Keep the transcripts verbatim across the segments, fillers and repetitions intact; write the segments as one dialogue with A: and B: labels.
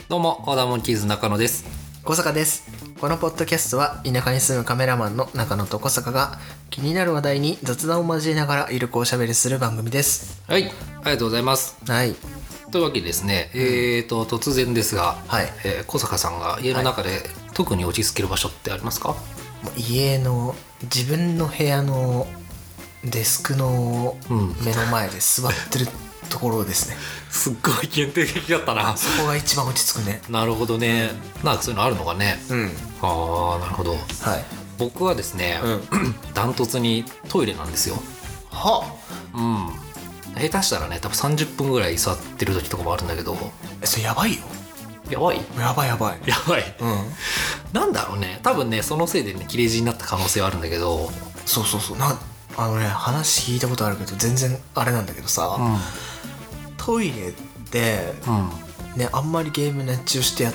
A: どうもオーダーモンキーズ中野です。
B: 小坂です。このポッドキャストは田舎に住むカメラマンの中野と小坂が気になる話題に雑談を交えながらゆるくおしゃべりする番組です。
A: はい、ありがとうございます。
B: はい。
A: というわけでですね、うん、えーと突然ですが、
B: はい
A: えー、小坂さんが家の中で特に落ち着ける場所ってありますか？
B: もう家の自分の部屋のデスクの目の前で座ってるところですね。
A: すっごい限定的だったな。
B: そこが一番落ち着くね。
A: なるほどね。なんかそういうのあるのかね。
B: うん。
A: ああ、なるほど。
B: はい。
A: 僕はですね、
B: うん、
A: ダントツにトイレなんですよ。
B: は
A: うん。下手したらね、多分さんじゅっぷんぐらい座ってる時とかもあるんだけど。
B: え、それやばいよ。
A: やばい？
B: やばいやばい。
A: やばい。
B: うん。
A: なんだろうね。多分ね、そのせいでね、切れ字になった可能性はあるんだけど。
B: そうそうそう。なあのね、話聞いたことあるけど全然あれなんだけどさ、うん、トイレで、うんね、あんまりゲーム熱中してやって、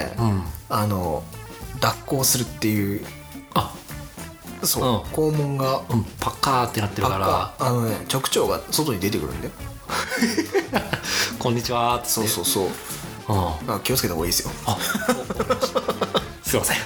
B: うん、あの脱肛するっていう、
A: あ、
B: そう、うん、肛門が、
A: うん、パッカーってなってるから、
B: あのね、直腸が外に出てくるんだよ。
A: こんにちはーって。
B: そうそうそう、うん、気をつけた方がいいですよ。
A: あ、すいません。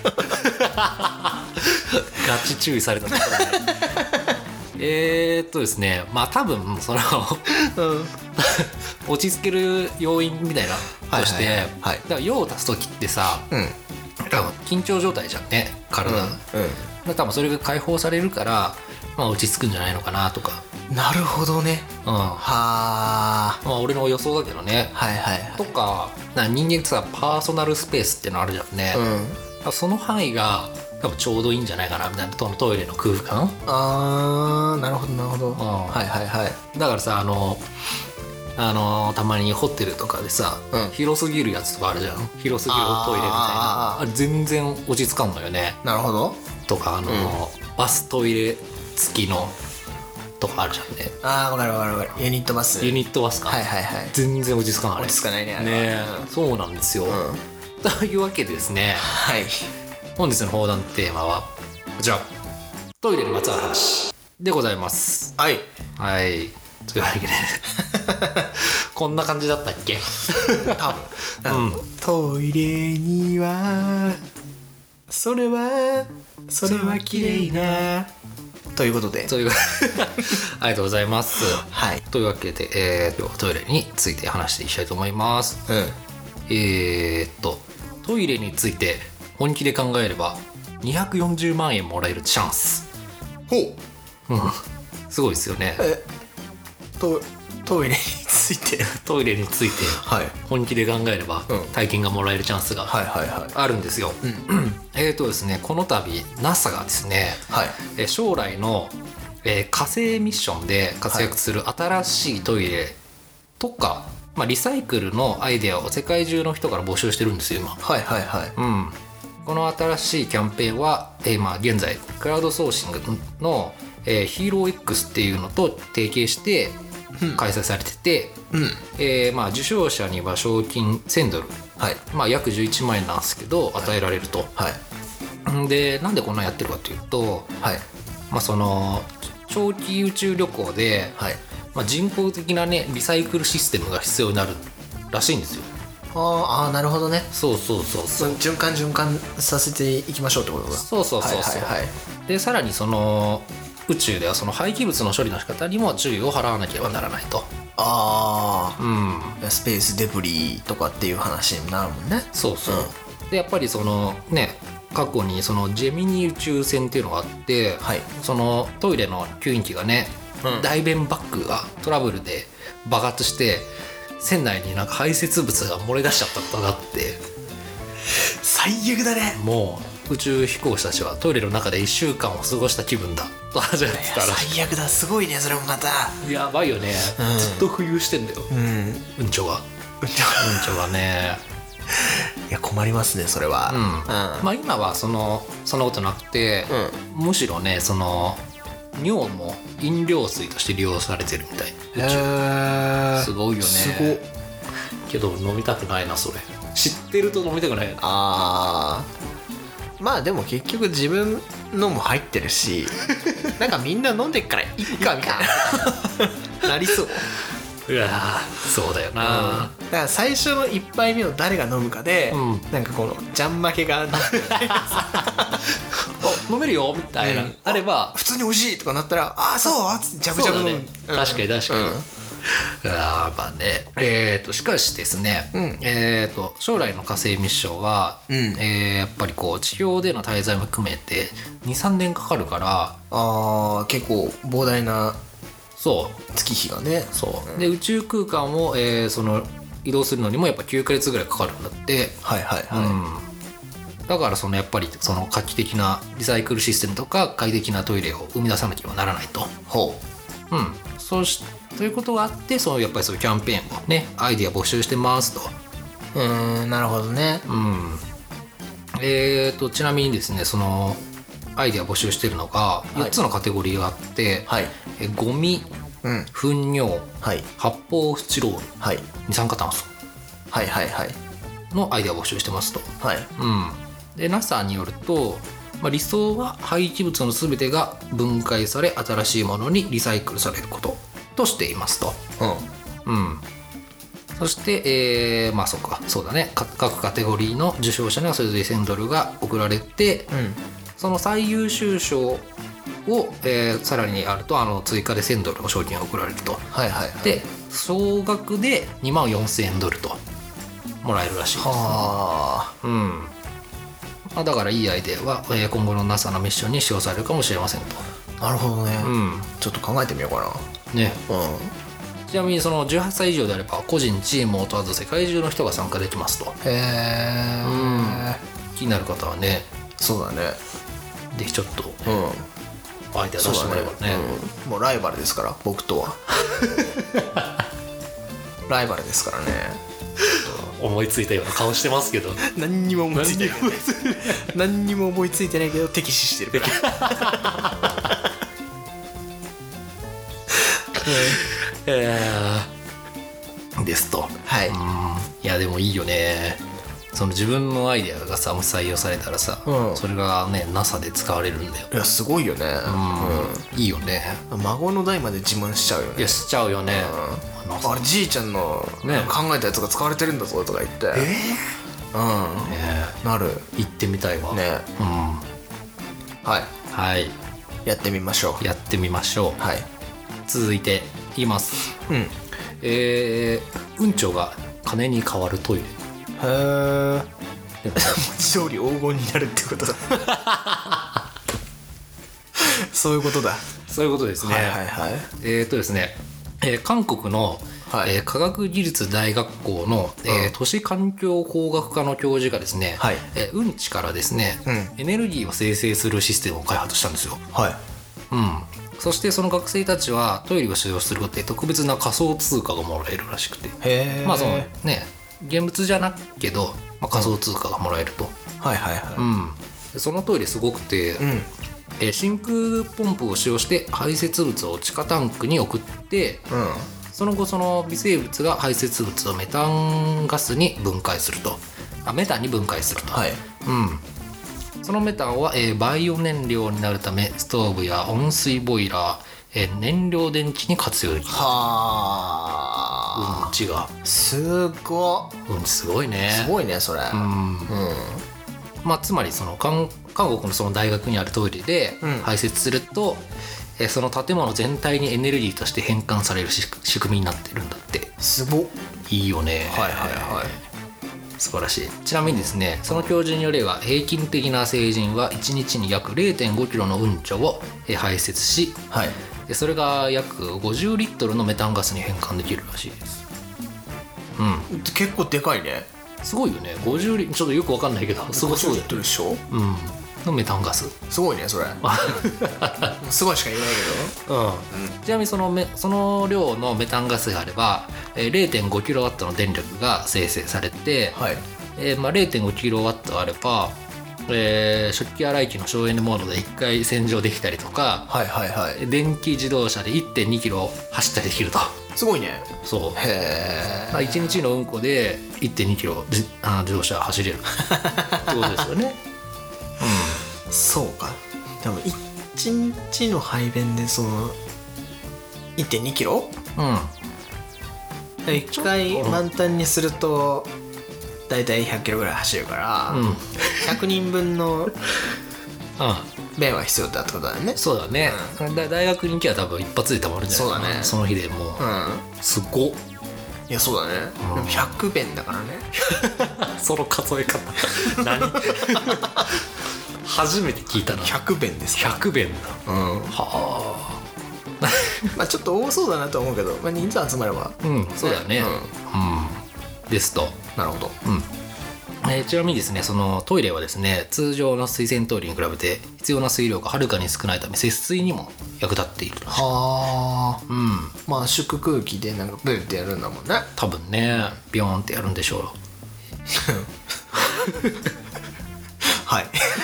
A: ガチ注意されたんですね。えーっとですね、まあ多分その、うん、落ち着ける要因みたいなとして、はいはいはいはい、だから用を足す時ってさ、うん、多分緊張状態じゃんね、体、うんうん、だ多分それが解放されるから、まあ、落ち着くんじゃないのかなとか。
B: なるほどね、うん、はあ、
A: まあ俺の予想だけどね、
B: はいはいはい、
A: とか、な人間ってさパーソナルスペースってのあるじゃんね、うん、その範囲が多分ちょうどいいんじゃないかなみたいな、トイレの空間。
B: あー、なるほどなるほど、うん、はいはいはい。
A: だからさ、あのあのたまにホテルとかでさ、うん、広すぎるやつとかあるじゃん。広すぎるトイレみたいな、あれ全然落ち着かんのよね。
B: なるほど。
A: とかあの、うん、バストイレ付きのとかあるじゃんね。
B: ああ、分かる分かる分かる。ユニットバス。
A: ユニットバスか。
B: はいはいはい。
A: 全然落ち着かない。
B: 落ち着かないねあれ
A: ね、うん、そうなんですよ、うん、というわけでですね、
B: はい、
A: 本日の放談テーマはこちら、トイレにまつわる話でございます。
B: はい
A: はい、というわけでこんな感じだったっけ？
B: 多分、うん、トイレにはそれはそれは綺麗なということで、
A: というありがとうございます。
B: はい、
A: というわけで、えー、トイレについて話していきたいと思います。うん、えー、っとトイレについて本気で考えればにひゃくよんじゅうまんえんもらえるチャンス。
B: ほう、
A: うん、すごいですよね。
B: えトトイレについて
A: トイレについて本気で考えれば体験がもらえるチャンスがあるんですよ。えーとですね、この度 ナサ がですね、はい、将来の火星ミッションで活躍する新しいトイレとか、まあ、リサイクルのアイデアを世界中の人から募集してるんですよ今。
B: はいはいはい、
A: うん、この新しいキャンペーンは、えー、まあ現在クラウドソーシングの、えー、ヒーロー X っていうのと提携して開催されてて、うん、えーまあ、受賞者には賞金せんドル、はい、まあ、約じゅういちまんえんなんですけど与えられると、はい、でなんでこんなやってるかというと、はい、まあ、その長期宇宙旅行で、はい、まあ、人工的なねリサイクルシステムが必要になるらしいんですよ。
B: ああ、なるほどね。
A: そうそうそうそう、
B: 循環循環させていきましょうってことだ。
A: そうそうそうそう、はいはいはい、でさらにその宇宙ではその廃棄物の処理の仕方にも注意を払わなければならないと。
B: ああ、うん、スペースデブリとかっていう話になるもんね。
A: そうそう、うん、でやっぱりそのね過去にそのジェミニ宇宙船っていうのがあって、はい、そのトイレの吸引器がね、うん、大便バッグがトラブルで爆発して船内になんか排泄物が漏れ出しちゃったことがあって、
B: 最悪だね。
A: もう宇宙飛行士たちはトイレの中でいっしゅうかんを過ごした気分だと始めてたら、
B: 最悪だ。すごいねそれもまた。
A: やばいよね、うん、ずっと浮遊してんだよ、うん、うんちょがうんちょがね。
B: いや困りますねそれは、うんうん、
A: まあ今はそのそんなことなくて、うん、むしろねその尿も飲料水として利用されてるみたい。宇宙すごいよね。
B: すご
A: けど飲みたくないなそれ。知ってると飲みたくない。
B: あー、まあでも結局自分のも入ってるしなんかみんな飲んでっからいっかみたいななりそう。
A: うわそうだよな、
B: うん、だから最初の一杯目を誰が飲むかで、うん、なんかこのジャン負けが
A: 飲めるよみたいな、うん、あれば
B: 普通に美味しいとかなったらああそうっつってジャブジャブ飲む、ね
A: うん、確かに確かに、うんあまあねえー、としかしですね、うんえー、と将来の火星ミッションは、うんえー、やっぱりこう地表での滞在も含めて にさんねんかかるから
B: あ結構膨大な
A: そう
B: 月日がね
A: そう、うん、で宇宙空間を、えー、その移動するのにもやっぱきゅうかげつぐらいかかるんだって
B: はいはいはい、
A: うん、だからそのやっぱりその画期的なリサイクルシステムとか快適なトイレを生み出さなければならないと
B: ほ
A: ううんそしてということがあってそうやっぱりそういうキャンペーンをねアイディア募集してますと
B: うーんなるほどね
A: うんえーとちなみにですねそのアイディア募集してるのがよっつのカテゴリーがあって、はい、えゴミ、うん、糞尿、はい、発泡スチロール、はい、二酸化炭素
B: はいはいはい
A: のアイディアを募集してますと
B: はい
A: うんで ナサ によるとまあ、理想は廃棄物のすべてが分解され新しいものにリサイクルされることとしていますと、うんうん、そして、えー、まあそうかそうだね各カテゴリーの受賞者にはそれぞれせんドルが贈られて、うん、その最優秀賞を、えー、さらにあるとあの追加でせんドルの賞金が贈られると、
B: はいはいはい、
A: で総額でにまんよんせんドルともらえるらしいです、ね、はあうんまあ、だからいいアイデアは、えー、今後の ナサ のミッションに使用されるかもしれませんと
B: なるほどね、うん、ちょっと考えてみようかな
A: ね、うん、ちなみにそのじゅうはっさい以上であれば個人チームを問わず世界中の人が参加できますと
B: へえ、うん、
A: 気になる方はね
B: そうだね
A: ぜひちょっと、ねうん、アイデア出してもらえば ね, ね、
B: うん、もうライバルですから僕とはライバルですからね
A: 思いついたような顔してますけど
B: 何にも思いついてない何にも思いついてないけど敵視してるから
A: えー、ですと
B: はい、
A: うん、いやでもいいよねその自分のアイデアがさもし採用されたらさ、うん、それがね ナサ で使われるんだよ
B: いやすごいよね、
A: うんうん、いいよね
B: 孫の代まで自慢しちゃうよね
A: いやしちゃうよね、
B: うん、あれじいちゃんの考えたやつが使われてるんだぞとか言って
A: え
B: ー、うん、
A: ね、
B: なる
A: 行ってみたいわ
B: ね、うん、はい
A: はい
B: やってみましょ
A: うやってみましょう
B: はい
A: 続いて言います
B: うん
A: えー、うんちょが金に変わるトイレ
B: へえ勝利黄金になるってことだそういうことだ
A: そういうことですね
B: はいはいはい
A: えー、っとですね、えー、韓国の、はいえー、科学技術大学校の、うんえー、都市環境工学科の教授がですね、はいえー、うんちからですね、うん、エネルギーを生成するシステムを開発したんですよ
B: はい
A: うんそしてその学生たちはトイレを使用することで特別な仮想通貨がもらえるらしくて
B: へ
A: まあそのね現物じゃなくけど、まあ、仮想通貨がもらえると、
B: うん、はいはいはい、
A: うん、でそのトイレすごくて、うんえー、真空ポンプを使用して排泄物を地下タンクに送って、うん、その後その微生物が排泄物をメタンガスに分解するとあメタンに分解すると、
B: はい
A: うん、そのメタンは、えー、バイオ燃料になるためストーブや温水ボイラー、えー、燃料電池に活用できる
B: はあ
A: うんちが
B: すご
A: うんちすごいね
B: すごいねそれうん、うん
A: まあ、つまりその 韓, 韓国のその大学にあるトイレで排泄すると、うんえー、その建物全体にエネルギーとして変換される仕組みになってるんだって
B: すごっ
A: いいよね
B: はいはいはい
A: 素晴らしいちなみにですねその教授によれば平均的な成人はいちにちに約 れいてんごキロのうんちょを排泄し、はい、それが約ごじゅうリットルのメタンガスに変換できるらしいです、
B: うん、結構でかいね
A: すごいよねごじゅうリちょっとよく分かんないけどすごそうだよね
B: ごじゅうリットルでしょ、
A: うんのメタンガス
B: すごいねそれすごいしか言えないけど、うんうん、
A: ちなみにそのめその量のメタンガスがあれば れいてんごキロワットの電力が生成されて、はいえーまあ、れいてんごキロワットあれば、えー、食器洗い機の省エネモードでいっかい洗浄できたりとか、はいはいはい、電気自動車で いってんにキロ走ったりできると
B: すごいね
A: そう
B: へ
A: えいちにちのうんこで いってんにキロ自, あ自動車走れるってことですよね
B: うん、そうかでもいちにちの排便でその いってんにキロ、
A: うん、
B: いっかい満タンにするとだいたいひゃっキロぐらい走るから、うん、ひゃくにんぶんの便は必要だってことだよね。
A: そうだね、うん、だ大学に行きゃ多分一発でたまるんじゃないかな。そうだね、その日でもう、うん、すごっ。
B: いやそうだね、うん、でもひゃくべんだからね
A: その数え方何初めて聞いたな。
B: ひゃくべんですか。
A: ひゃくべんだ、うん、
B: はあまあちょっと多そうだなと思うけど、まあ、人数集まれば、
A: うん、そうだね、うんうん、ですと。
B: なるほど、
A: うんえー、ちなみにですね、そのトイレはですね、通常の水洗トイレに比べて必要な水量がはるかに少ないため節水にも役立っているらしい。は
B: あ、うん、まあ縮空気でなんかブーってやるんだもんね。
A: 多分ね、ビョーンってやるんでしょう
B: はい、はい、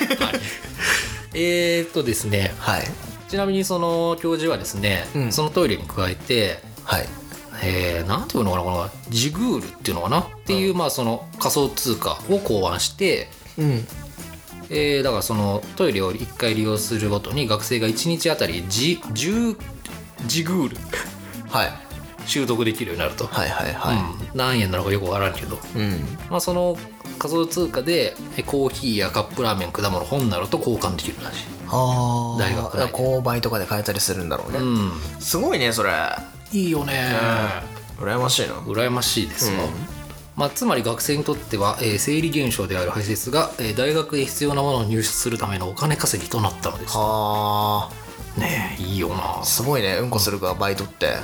A: えーっとですね、
B: はい、
A: ちなみにその教授はですね、うん、そのトイレに加えて、はい、えー、なんていうのかな、このジグールっていうのかなっていう、うん、まあその仮想通貨を考案して、うんえー、だからそのトイレをいっかい利用するごとに学生がいちにちあたりじじゅうジグール、はい、習得できるようになると。はいはいはい、うん、何円なのかよくわからんけど、うんまあ、その仮想通貨でコーヒーやカップラーメン、果物、本などと交換できるらしい。は
B: 大学内で購買とかで買えたりするんだろうね、うん、すごいねそれ。
A: いいよね、
B: うん、羨ましいな。
A: 羨ましいですよ、うんまあ、つまり学生にとっては、えー、生理現象である排泄が、えー、大学へ必要なものを入手するためのお金稼ぎとなったのです。はあねえ、いいよな。
B: すごいね、うんこするかバイトって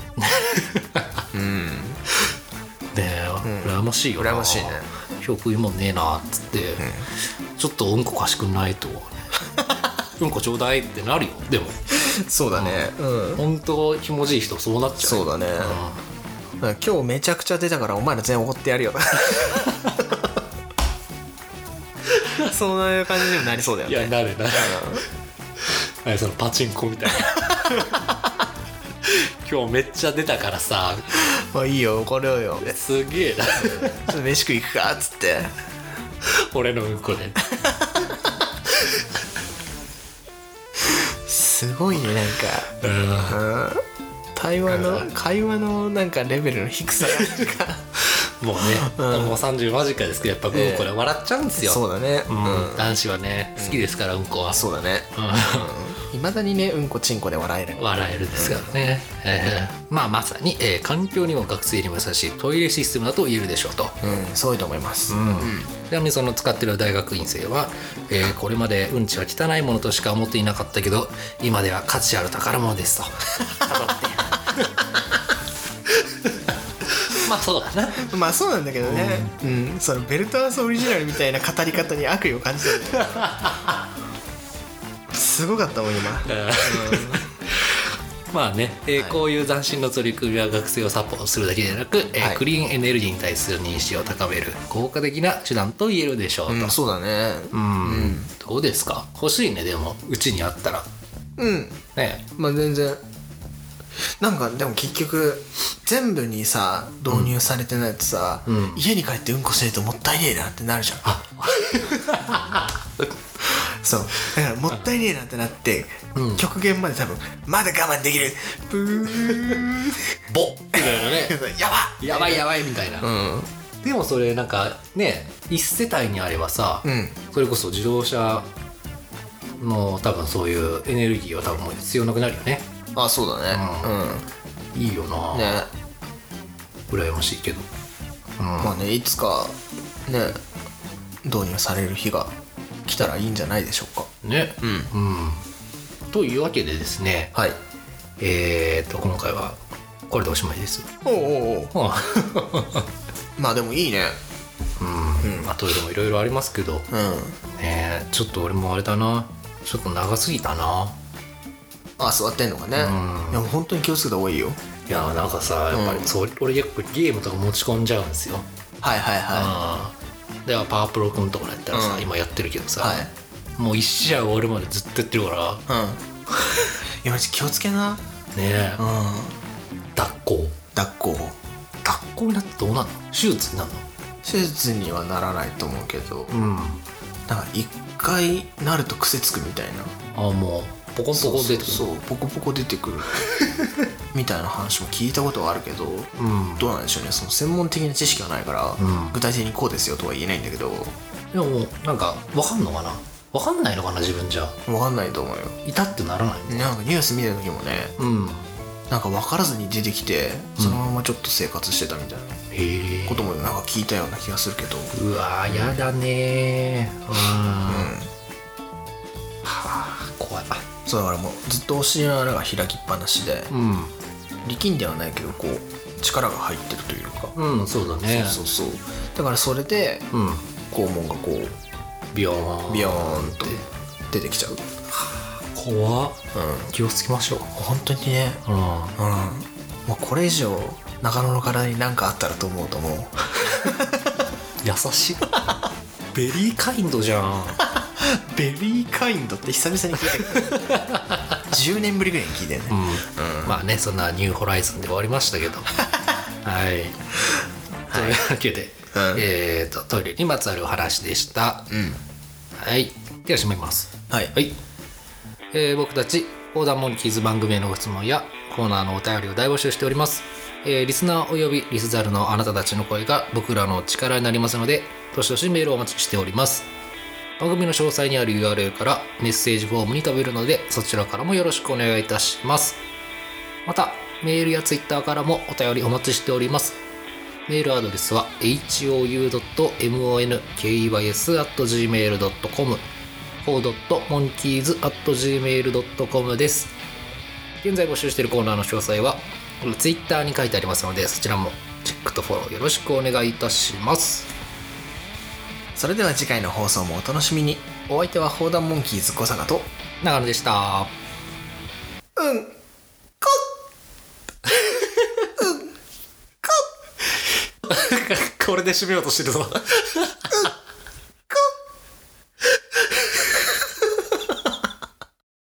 B: うんね
A: え、うん、羨ましいよな。
B: 羨ましいね。
A: 食いもんねえなっつって、うん、ちょっとうんこ貸しくんないとうんこちょうだいってなるよ。でも
B: そうだね、うん、
A: ほんとひもじい人そうなっちゃう。
B: そうだね、うん、今日めちゃくちゃ出たからお前ら全員怒ってやるよそういう感じにもなりそうだよね。
A: いやなるなるあれそのパチンコみたいな今日めっちゃ出たからさ
B: まあいいよ怒ろうよ。
A: すげえなち
B: ょっと飯食い行くかっつって
A: 俺のうんこです
B: ごいね、なんか、うんうん、対話の、うん、会話のなんかレベルの低さが
A: もうね、うん、もうさんじゅう間近ですけどやっぱうんこで笑っちゃうんですよ、
B: えー、そうだね、
A: うん、男子はね好きですから、うんこは。
B: そうだね、いまだにねうんこちんこで笑える
A: 笑えるですからね、うんえー、まあまさに、えー、環境にも学生にも優しいトイレシステムだと言えるでしょうと。
B: うんそういと思います、うんうん、
A: ちなみにその使ってる大学院生は、えー、これまでうんちは汚いものとしか思っていなかったけど今では価値ある宝物ですとまあそうだな。
B: まあそうなんだけどね、うん、うん、そのベルトアースオリジナルみたいな語り方に悪意を感じたんだよすごかったもん今、うん、
A: まあね、えーはい、こういう斬新の取り組みは学生をサポートするだけでなく、えーはい、クリーンエネルギーに対する認識を高める効果的な手段と言えるでしょうと、
B: うん、そうだね、うん、
A: うん、どうですか。欲しいね。でもうちにあったら
B: うんね、まあ全然なんかでも結局全部にさ導入されてないとさ、うん、家に帰ってうんこしてるともったいねえなってなるじゃんそうだからもったいねえなってなって、うん、極限まで多分まだ我慢できるブー
A: ボッみたいなね
B: やば
A: やばいやばいみたいな、うん、でもそれなんかね一世帯にあればさ、うん、それこそ自動車の多分そういうエネルギーは多分もう必要なくなるよね。
B: あ、そうだね、
A: うん、いいよな、ね、羨ましいけど、
B: うん、まあねいつかね導入される日が来たらいいんじゃないでしょうか
A: ね、うん、うん、というわけでですね、はい、えーと今回はこれでおしまいです。
B: おうおうおうまあでもいいね、
A: うん、うん、まあトイレもいろいろありますけど、うん、ね、ちょっと俺もあれだな、ちょっと長すぎたな。
B: あ、座ってんのかね、うん、いやもう本当に気をつけた方がいいよ。
A: いやなんかさ、やっぱりそう、うん、俺結構ゲームとか持ち込んじゃうんですよ。
B: はいはいは
A: い。でパワープロ君とかやったらさ、うん、今やってるけどさ、はい、もう一試合終わるまでずっとやってるから、うん、い
B: やマジ気をつけな。ね
A: え、うん、脱行
B: 脱行
A: 脱行になってどうなるの？手術になるの？
B: 手術にはならないと思うけど、うん、なんか一回なると癖つくみたいな。
A: あ、もうポコンポコン出てくる。
B: そうそうそうポコポコ出てくるみたいな話も聞いたことはあるけど、うん、どうなんでしょうね。その専門的な知識がないから、うん、具体的にこうですよとは言えないんだけど、
A: でもなんか分かんのかな、分かんないのかな自分じゃ。
B: 分かんないと思うよ。
A: いたってならないの。
B: なんかニュース見た時もね、うん、なんか分からずに出てきてそのままちょっと生活してたみたいなこともなんか聞いたような気がするけど、
A: うわーやだねー。うん、うん、はあ怖い。
B: そうだからもうずっとお尻の穴が開きっぱなしで、うん、力んではないけどこう力が入ってるというか、
A: うんそうだね。
B: そうそうそうだからそれで、うん、肛門がこう
A: ビヨーン
B: ビヨーンと出てきちゃう。
A: 怖っ、うん、気をつけましょう
B: 本当にね。うん、うん、もうこれ以上中野の体に何かあったらと思うともう
A: 優しいベリーカインドじゃん
B: ベリーカインドって久々に聞いたじゅうねんぶりぐらいに聞いたよね、
A: うんうん、まあねそんなニューホライズンで終わりましたけどはい、というわけで、うん、えーとトイレにまつわるお話でした、うん、はいでは締めます。
B: はい、
A: はいえー、僕たち横断モンキーズ番組へのご質問やコーナーのお便りを大募集しております、えー、リスナーおよびリスザルのあなたたちの声が僕らの力になりますのでどしどしメールをお待ちしております。番組の詳細にある ユーアールエル からメッセージフォームに飛べるのでそちらからもよろしくお願いいたします。またメールやツイッターからもお便りお待ちしております。メールアドレスは エイチオーユードットモンキーズ アットジーメールドットコムフォードットモンキーズ アットジーメールドットコム です。現在募集しているコーナーの詳細はツイッターに書いてありますのでそちらもチェックとフォローよろしくお願いいたします。
B: それでは次回の放送もお楽しみに。お相手は砲弾モンキーズ小坂と
A: 長野でした。
B: うんこうんこ
A: これで締めようとしてるぞ